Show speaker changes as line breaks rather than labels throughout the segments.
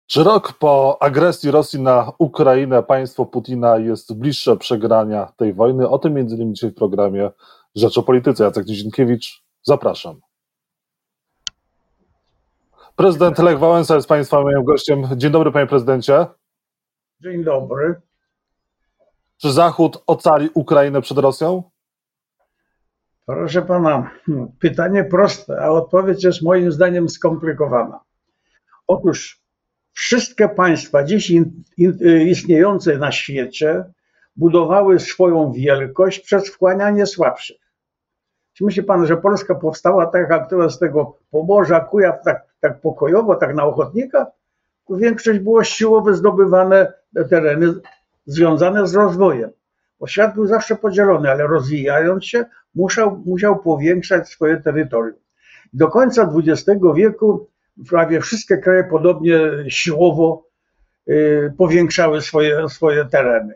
Czy rok po agresji Rosji na Ukrainę państwo Putina jest bliższe przegrania tej wojny? O tym między innymi dzisiaj w programie Rzecz o Polityce. Jacek Nizinkiewicz, zapraszam. Prezydent Lech Wałęsa jest państwa moim gościem. Dzień dobry, panie prezydencie.
Dzień dobry.
Czy Zachód ocali Ukrainę przed Rosją?
Proszę pana, pytanie proste, a odpowiedź jest moim zdaniem skomplikowana. Otóż wszystkie państwa dziś istniejące na świecie budowały swoją wielkość przez wchłanianie słabszych. Czy myśli pan, że Polska powstała taka, która z tego Pomorza, Kujaw tak pokojowo, tak na ochotnika? Większość było siłowo zdobywane tereny związane z rozwojem. Bo świat był zawsze podzielony, ale rozwijając się musiał powiększać swoje terytorium. Do końca XX wieku prawie wszystkie kraje podobnie siłowo powiększały swoje tereny.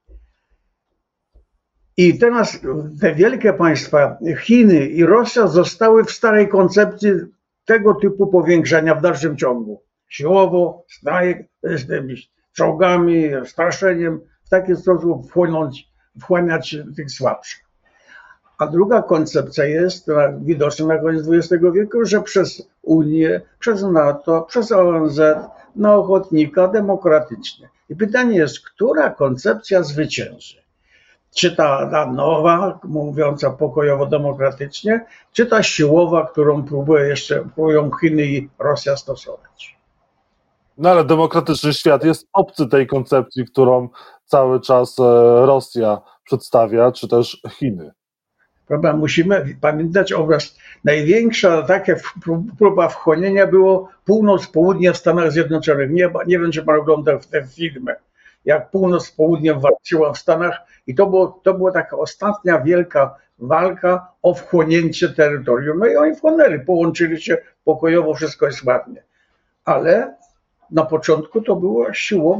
I teraz te wielkie państwa, Chiny i Rosja, zostały w starej koncepcji tego typu powiększenia w dalszym ciągu. Siłowo, czołgami, straszeniem, w taki sposób wchłaniać tych słabszych. A druga koncepcja jest widoczna na koniec XX wieku, że przez Unię, przez NATO, przez ONZ, na ochotnika demokratycznie. I pytanie jest, która koncepcja zwycięży? Czy ta nowa, mówiąca pokojowo-demokratycznie, czy ta siłowa, którą próbują Chiny i Rosja stosować?
No ale demokratyczny świat jest obcy tej koncepcji, którą cały czas Rosja przedstawia, czy też Chiny.
Prawda? Musimy pamiętać obraz. Największa taka próba wchłonięcia było północ-południe w Stanach Zjednoczonych. Nie wiem, czy pan oglądał te filmy, jak północ z południem walczyła w Stanach i to była taka ostatnia wielka walka o wchłonięcie terytorium. No i oni wchłonęli, połączyli się pokojowo, wszystko jest ładnie. Ale na początku to była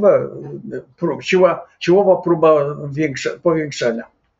siłowa próba powiększenia.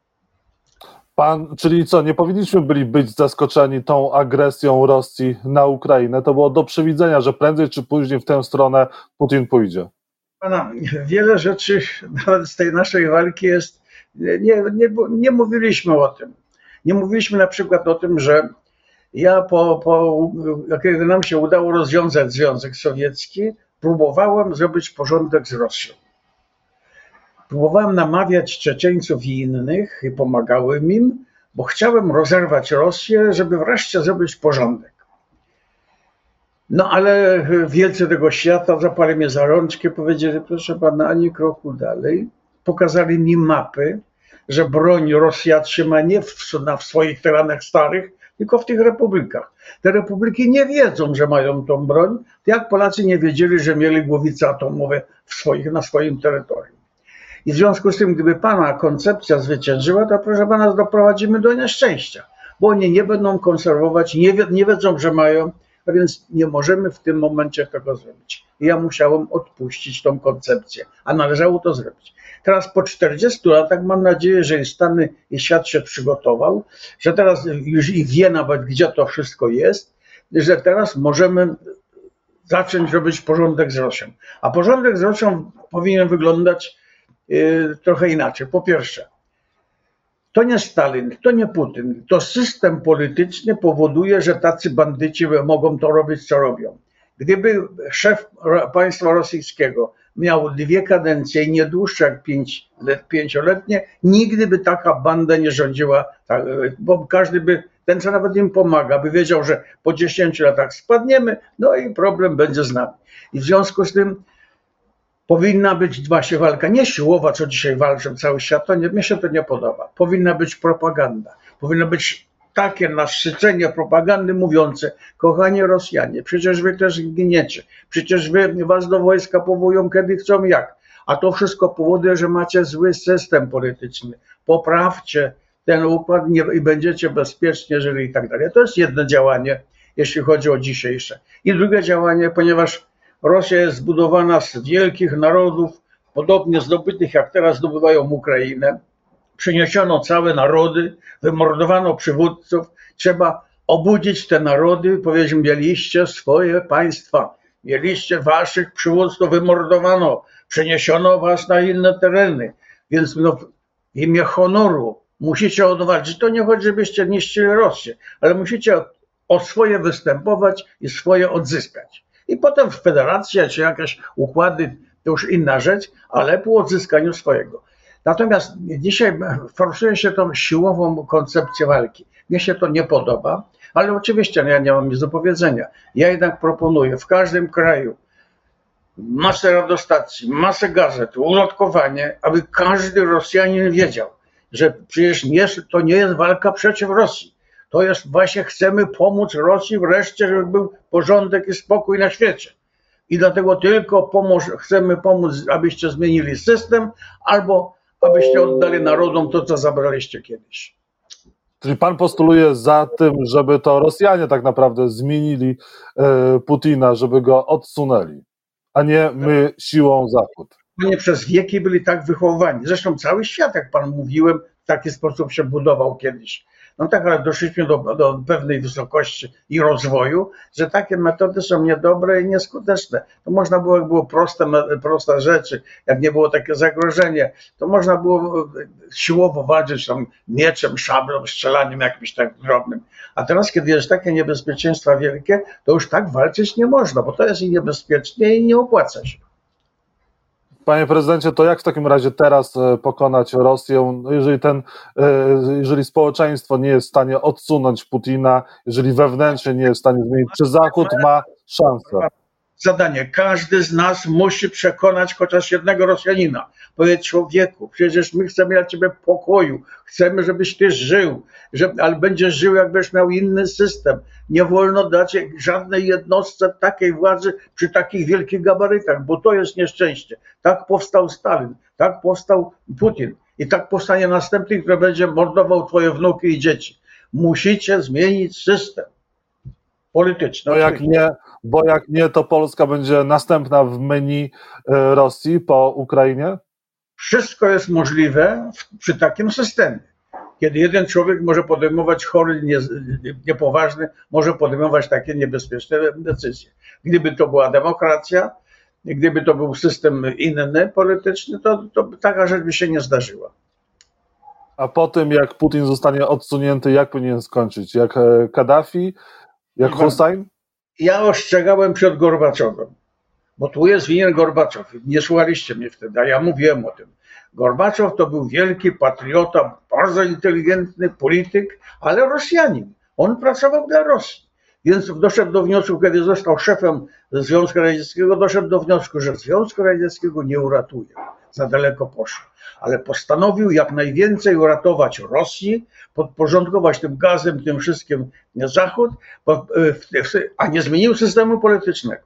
Czyli co, nie powinniśmy być zaskoczeni tą agresją Rosji na Ukrainę? To było do przewidzenia, że prędzej czy później w tę stronę Putin pójdzie.
Pana, wiele rzeczy nawet z tej naszej walki jest, nie mówiliśmy o tym. Nie mówiliśmy na przykład o tym, że ja kiedy nam się udało rozwiązać Związek Sowiecki, próbowałem zrobić porządek z Rosją. Próbowałem namawiać Czeczeńców i innych i pomagałem im, bo chciałem rozerwać Rosję, żeby wreszcie zrobić porządek. No ale wielcy tego świata zapali mnie za rączkę, powiedzieli, proszę pana, ani kroku dalej. Pokazali mi mapy, że broń Rosja trzyma nie w swoich terenach starych, tylko w tych republikach. Te republiki nie wiedzą, że mają tą broń, jak Polacy nie wiedzieli, że mieli głowice atomowe na swoim terytorium. I w związku z tym, gdyby pana koncepcja zwyciężyła, to proszę pana, doprowadzimy do nieszczęścia, bo oni nie będą konserwować, nie wiedzą, że mają, a więc nie możemy w tym momencie tego zrobić. I ja musiałem odpuścić tą koncepcję, a należało to zrobić. Teraz po 40 latach mam nadzieję, że Stany i świat się przygotował, że teraz już i wie nawet, gdzie to wszystko jest, że teraz możemy zacząć robić porządek z Rosją. A porządek z Rosją powinien wyglądać trochę inaczej. Po pierwsze, to nie Stalin, to nie Putin, to system polityczny powoduje, że tacy bandyci mogą to robić, co robią. Gdyby szef państwa rosyjskiego miał 2 kadencje i nie dłuższe jak 5-letnie, nigdy by taka banda nie rządziła, bo każdy by, ten co nawet im pomaga, by wiedział, że po 10 latach spadniemy, no i problem będzie z nami. I w związku z tym powinna być właśnie walka, nie siłowa, co dzisiaj walczą cały świat, mnie się to nie podoba. Powinna być propaganda, powinno być takie nasycenie propagandy mówiące, kochani Rosjanie, przecież wy też giniecie, przecież was do wojska powołują kiedy chcą jak, a to wszystko powoduje, że macie zły system polityczny. Poprawcie ten układ i będziecie bezpiecznie żyli i tak dalej. To jest jedno działanie, jeśli chodzi o dzisiejsze. I drugie działanie, ponieważ Rosja jest zbudowana z wielkich narodów, podobnie zdobytych jak teraz zdobywają Ukrainę. Przyniesiono całe narody, wymordowano przywódców. Trzeba obudzić te narody, powiedzieć, mieliście swoje państwa. mieliście waszych przywódców, wymordowano, przeniesiono was na inne tereny, więc no, w imię honoru musicie odwalczyć. To nie chodzi, żebyście niszczyli Rosję, ale musicie o swoje występować i swoje odzyskać. I potem w federacji czy jakieś układy to już inna rzecz, ale po odzyskaniu swojego. Natomiast dzisiaj forsuje się tą siłową koncepcję walki. Mnie się to nie podoba, ale oczywiście ja nie mam nic do powiedzenia. Ja jednak proponuję w każdym kraju masę radiostacji, masę gazet, ulotkowanie, aby każdy Rosjanin wiedział, że przecież to nie jest walka przeciw Rosji. To jest właśnie chcemy pomóc Rosji wreszcie, żeby był porządek i spokój na świecie. I dlatego tylko chcemy pomóc, abyście zmienili system, albo abyście oddali narodom to, co zabraliście kiedyś.
Czyli pan postuluje za tym, żeby to Rosjanie tak naprawdę zmienili Putina, żeby go odsunęli, a nie my siłą Zachód.
Oni przez wieki byli tak wychowani. Zresztą cały świat, jak pan mówiłem, w taki sposób się budował kiedyś. No tak, ale doszliśmy do pewnej wysokości i rozwoju, że takie metody są niedobre i nieskuteczne. To można było, jak było proste rzeczy, jak nie było takie zagrożenie, to można było siłowo walczyć tam mieczem, szablą, strzelaniem jakimś tak drobnym. A teraz, kiedy jest takie niebezpieczeństwa wielkie, to już tak walczyć nie można, bo to jest i niebezpiecznie i nie opłaca się.
Panie prezydencie, to jak w takim razie teraz pokonać Rosję, jeżeli społeczeństwo nie jest w stanie odsunąć Putina, jeżeli wewnętrznie nie jest w stanie zmienić, czy Zachód ma szansę?
Zadanie. Każdy z nas musi przekonać chociaż jednego Rosjanina. Powiedzieć: człowieku, przecież my chcemy dla ciebie pokoju, chcemy, żebyś ty żył, ale będziesz żył, jakbyś miał inny system. Nie wolno dać żadnej jednostce takiej władzy przy takich wielkich gabarytach, bo to jest nieszczęście. Tak powstał Stalin, tak powstał Putin i tak powstanie następny, który będzie mordował twoje wnuki i dzieci. Musicie zmienić system polityczny.
Bo jak nie, to Polska będzie następna w menu Rosji po Ukrainie?
Wszystko jest możliwe przy takim systemie. Kiedy jeden człowiek może podejmować chory, niepoważny, może podejmować takie niebezpieczne decyzje. Gdyby to była demokracja, gdyby to był system inny, polityczny, to taka rzecz by się nie zdarzyła.
A po tym, jak Putin zostanie odsunięty, jak powinien skończyć? Jak Kaddafi? Jak Hussein?
Ja ostrzegałem przed Gorbaczowem, bo tu jest winien Gorbaczow. Nie słuchaliście mnie wtedy, a ja mówiłem o tym. Gorbaczow to był wielki patriota, bardzo inteligentny polityk, ale Rosjanin. On pracował dla Rosji. Więc doszedł do wniosku, kiedy został szefem Związku Radzieckiego, doszedł do wniosku, że Związku Radzieckiego nie uratuje. Za daleko poszło. Ale postanowił jak najwięcej uratować Rosji, podporządkować tym gazem, tym wszystkim Zachód, a nie zmienił systemu politycznego.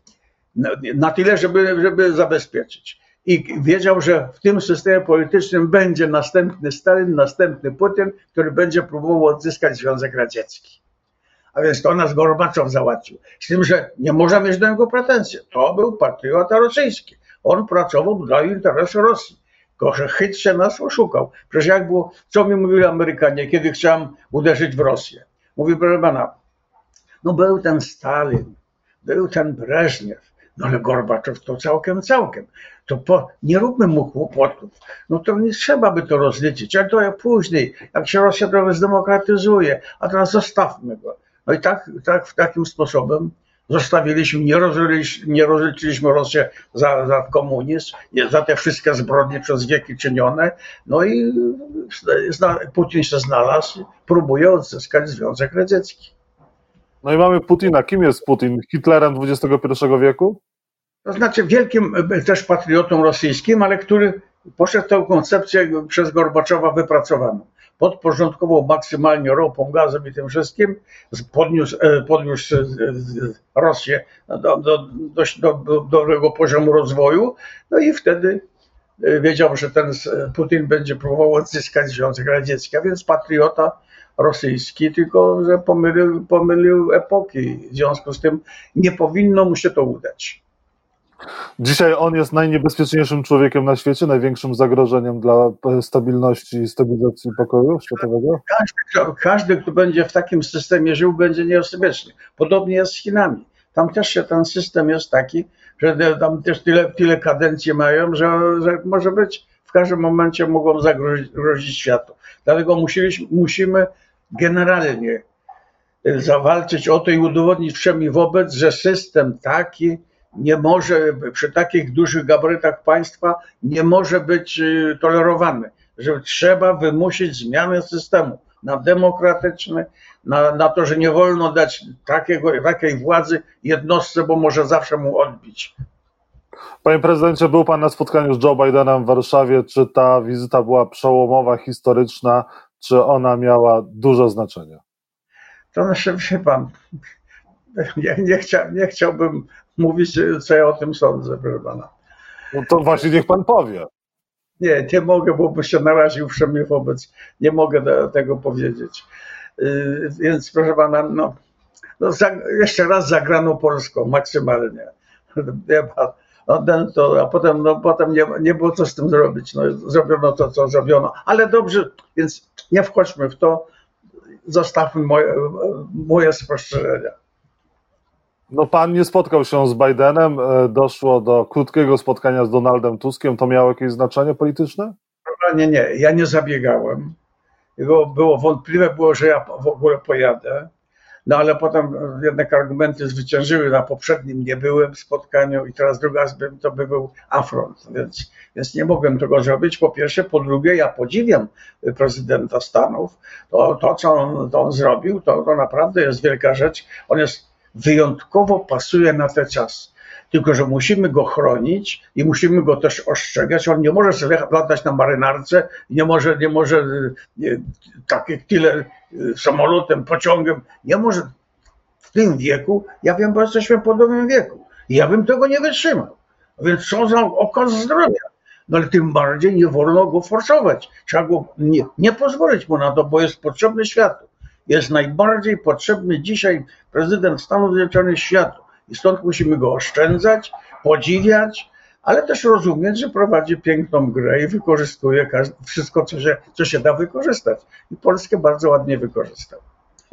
Na tyle, żeby zabezpieczyć. I wiedział, że w tym systemie politycznym będzie następny Stalin, następny Putin, który będzie próbował odzyskać Związek Radziecki. A więc to nas Gorbaczow załatwił. Z tym, że nie można mieć do niego pretensji. To był patriota rosyjski. On pracował dla interesu Rosji. Tylko że chytrze nas oszukał. Przecież jak było, co mi mówili Amerykanie, kiedy chciałem uderzyć w Rosję? Mówi: proszę pana, no był ten Stalin, był ten Breżniew, no ale Gorbaczow to całkiem. To nie róbmy mu kłopotów. No to nie trzeba by to rozliczyć, ale to jak później, jak się Rosja trochę zdemokratyzuje, a teraz zostawmy go. No i tak takim sposobem zostawiliśmy, nie rozliczyliśmy Rosję za komunizm, za te wszystkie zbrodnie przez wieki czynione. No i Putin się znalazł, próbuje odzyskać Związek Radziecki.
No i mamy Putina. Kim jest Putin? Hitlerem XXI wieku?
To znaczy wielkim też patriotą rosyjskim, ale który poszedł tę koncepcję przez Gorbaczowa wypracowaną. Podporządkował maksymalnie ropą, gazem i tym wszystkim, podniósł Rosję do dość dobrego poziomu rozwoju, no i wtedy wiedział, że ten Putin będzie próbował odzyskać Związek Radziecki, a więc patriota rosyjski, tylko że pomylił epoki. W związku z tym nie powinno mu się to udać.
Dzisiaj on jest najniebezpieczniejszym człowiekiem na świecie, największym zagrożeniem dla stabilności i stabilizacji pokoju światowego?
Każdy, kto będzie w takim systemie żył, będzie niebezpieczny. Podobnie jest z Chinami. Tam też się ten system jest taki, że tam też tyle kadencji mają, że może być w każdym momencie mogą zagrozić światu. Dlatego musimy generalnie zawalczyć o to i udowodnić wszemi wobec, że system taki nie może, przy takich dużych gabarytach państwa, nie może być tolerowany, że trzeba wymusić zmianę systemu na demokratyczny, na to, że nie wolno dać takiej władzy jednostce, bo może zawsze mu odbić.
Panie prezydencie, był pan na spotkaniu z Joe Bidenem w Warszawie. Czy ta wizyta była przełomowa, historyczna, czy ona miała duże znaczenie?
To znaczy, wie pan, nie chciałbym mówić, co ja o tym sądzę, proszę pana.
No to właśnie niech pan powie.
Nie mogę, bo by się naraził wszemi wobec. Nie mogę tego powiedzieć. Więc proszę pana, jeszcze raz zagrano Polską maksymalnie. A potem nie było co z tym zrobić. Zrobiono to, co zrobiono. Ale dobrze, więc nie wchodźmy w to. Zostawmy moje spostrzeżenia.
No pan nie spotkał się z Bidenem, doszło do krótkiego spotkania z Donaldem Tuskiem. To miało jakieś znaczenie polityczne?
Nie, ja nie zabiegałem. Było wątpliwe, że ja w ogóle pojadę. No ale potem jednak argumenty zwyciężyły. Na poprzednim nie byłem w spotkaniu i teraz drugi raz to by był afront, więc nie mogłem tego zrobić. Po pierwsze, po drugie, ja podziwiam prezydenta Stanów. To co on zrobił, to naprawdę jest wielka rzecz. On wyjątkowo pasuje na ten czas. Tylko że musimy go chronić i musimy go też ostrzegać. On nie może sobie latać na marynarce, nie może tak jak tyle samolotem, pociągiem, nie może w tym wieku. Ja wiem, bo jesteśmy w podobnym wieku. I ja bym tego nie wytrzymał. Więc co za okaz zdrowia. No ale tym bardziej nie wolno go forsować. Trzeba go nie pozwolić mu na to, bo jest potrzebny światu. Jest najbardziej potrzebny dzisiaj prezydent Stanów Zjednoczonych światu. I stąd musimy go oszczędzać, podziwiać, ale też rozumieć, że prowadzi piękną grę i wykorzystuje wszystko, co się da wykorzystać. I Polskę bardzo ładnie wykorzystał.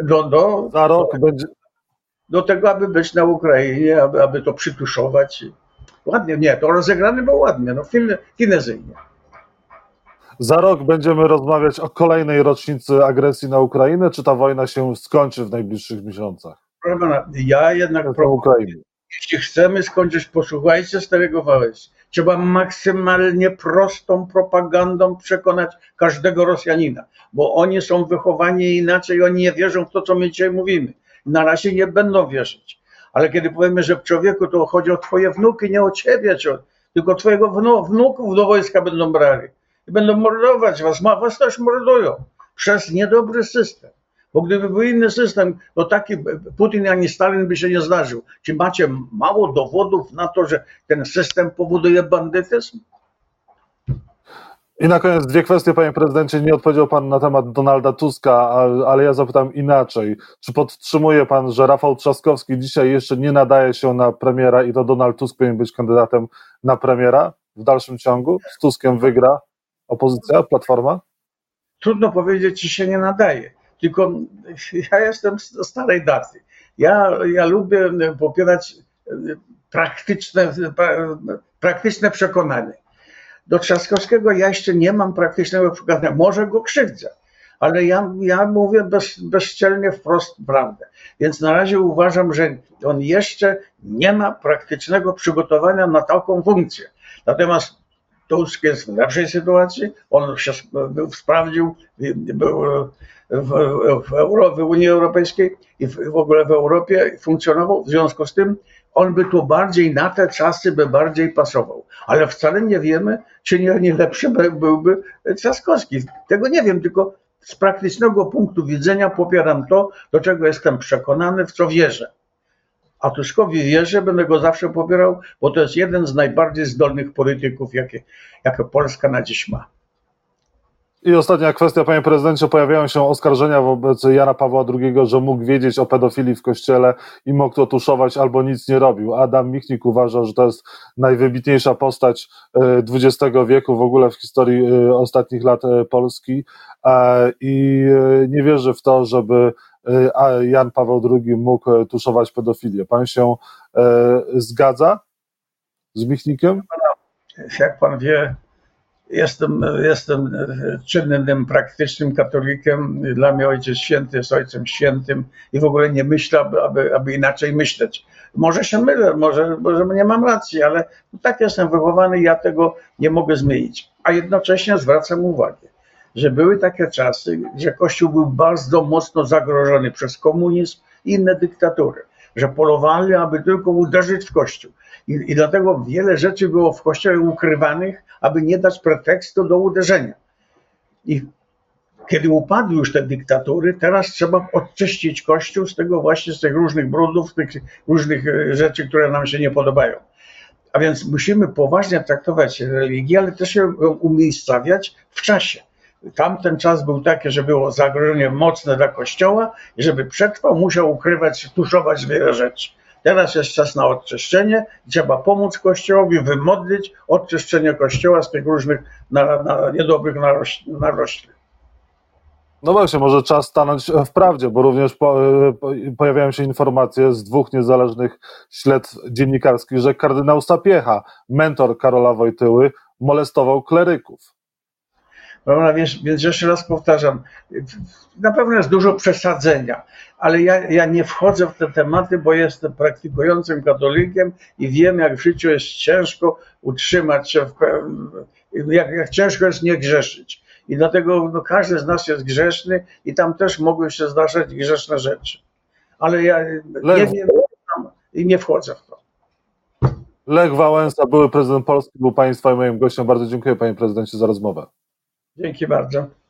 Do tego, aby być na Ukrainie, aby to przytuszować. Ładnie, nie, to rozegrane było ładnie, finezyjnie.
Za rok będziemy rozmawiać o kolejnej rocznicy agresji na Ukrainę, czy ta wojna się skończy w najbliższych miesiącach?
Proszę pana, ja jednak jeśli chcemy skończyć, posłuchajcie Starego Wałęsy. Trzeba maksymalnie prostą propagandą przekonać każdego Rosjanina, bo oni są wychowani inaczej, oni nie wierzą w to, co my dzisiaj mówimy. Na razie nie będą wierzyć. Ale kiedy powiemy, że człowieku to chodzi o twoje wnuki, nie o ciebie, tylko twojego wnuków do wojska będą brali i będą mordować was też mordują przez niedobry system. Bo gdyby był inny system, to taki Putin ani Stalin by się nie zdarzył. Czy macie mało dowodów na to, że ten system powoduje bandytyzm?
I na koniec dwie kwestie, panie prezydencie. Nie odpowiedział pan na temat Donalda Tuska, ale ja zapytam inaczej. Czy podtrzymuje pan, że Rafał Trzaskowski dzisiaj jeszcze nie nadaje się na premiera i to Donald Tusk powinien być kandydatem na premiera w dalszym ciągu? Z Tuskiem wygra opozycja, Platforma?
Trudno powiedzieć, czy się nie nadaje. Tylko ja jestem z starej daty. Ja lubię popierać praktyczne przekonanie. Do Trzaskowskiego ja jeszcze nie mam praktycznego przekonania. Może go krzywdzę, ale ja mówię bezczelnie wprost prawdę. Więc na razie uważam, że on jeszcze nie ma praktycznego przygotowania na taką funkcję. Natomiast Tusk jest w lepszej sytuacji. On się sprawdził, był w Unii Europejskiej i w ogóle w Europie funkcjonował. W związku z tym on by tu bardziej na te czasy bardziej pasował. Ale wcale nie wiemy, czy nie lepszy byłby Trzaskowski. Tego nie wiem, tylko z praktycznego punktu widzenia popieram to, do czego jestem przekonany, w co wierzę. A Tuskowi wierzę, będę go zawsze popierał, bo to jest jeden z najbardziej zdolnych polityków, jakie Polska na dziś ma.
I ostatnia kwestia, panie prezydencie, pojawiają się oskarżenia wobec Jana Pawła II, że mógł wiedzieć o pedofilii w kościele i mógł to tuszować albo nic nie robił. Adam Michnik uważa, że to jest najwybitniejsza postać XX wieku w ogóle w historii ostatnich lat Polski i nie wierzy w to, żeby a Jan Paweł II mógł tuszować pedofilię. Pan się zgadza z Michnikiem?
Jak pan wie, jestem czynnym, praktycznym katolikiem. Dla mnie Ojciec Święty jest Ojcem Świętym i w ogóle nie myślę, aby inaczej myśleć. Może się mylę, może nie mam racji, ale tak jestem wychowany i ja tego nie mogę zmienić. A jednocześnie zwracam uwagę, że były takie czasy, gdzie Kościół był bardzo mocno zagrożony przez komunizm i inne dyktatury, że polowali, aby tylko uderzyć w Kościół. I dlatego wiele rzeczy było w Kościele ukrywanych, aby nie dać pretekstu do uderzenia. I kiedy upadły już te dyktatury, teraz trzeba odczyścić Kościół z tego właśnie, z tych różnych brudów, tych różnych rzeczy, które nam się nie podobają. A więc musimy poważnie traktować religię, ale też ją umiejscawiać w czasie. Tamten czas był taki, że było zagrożenie mocne dla Kościoła i żeby przetrwał, musiał ukrywać, tuszować wiele rzeczy. Teraz jest czas na odczyszczenie, trzeba pomóc Kościołowi, wymodlić odczyszczenie Kościoła z tych różnych niedobrych narośli.
No właśnie, może czas stanąć w prawdzie, bo również pojawiają się informacje z 2 niezależnych śledztw dziennikarskich, że kardynał Sapiecha, mentor Karola Wojtyły, molestował kleryków.
Prawda? Więc jeszcze raz powtarzam, na pewno jest dużo przesadzenia, ale ja nie wchodzę w te tematy, bo jestem praktykującym katolikiem i wiem, jak w życiu jest ciężko utrzymać się, jak ciężko jest nie grzeszyć. I dlatego każdy z nas jest grzeszny i tam też mogły się zdarzać grzeszne rzeczy. Ale ja nie wiem i nie wchodzę w to.
Lech Wałęsa, były prezydent Polski, był Państwa i moim gościem. Bardzo dziękuję, panie prezydencie, za rozmowę.
Dzięki bardzo.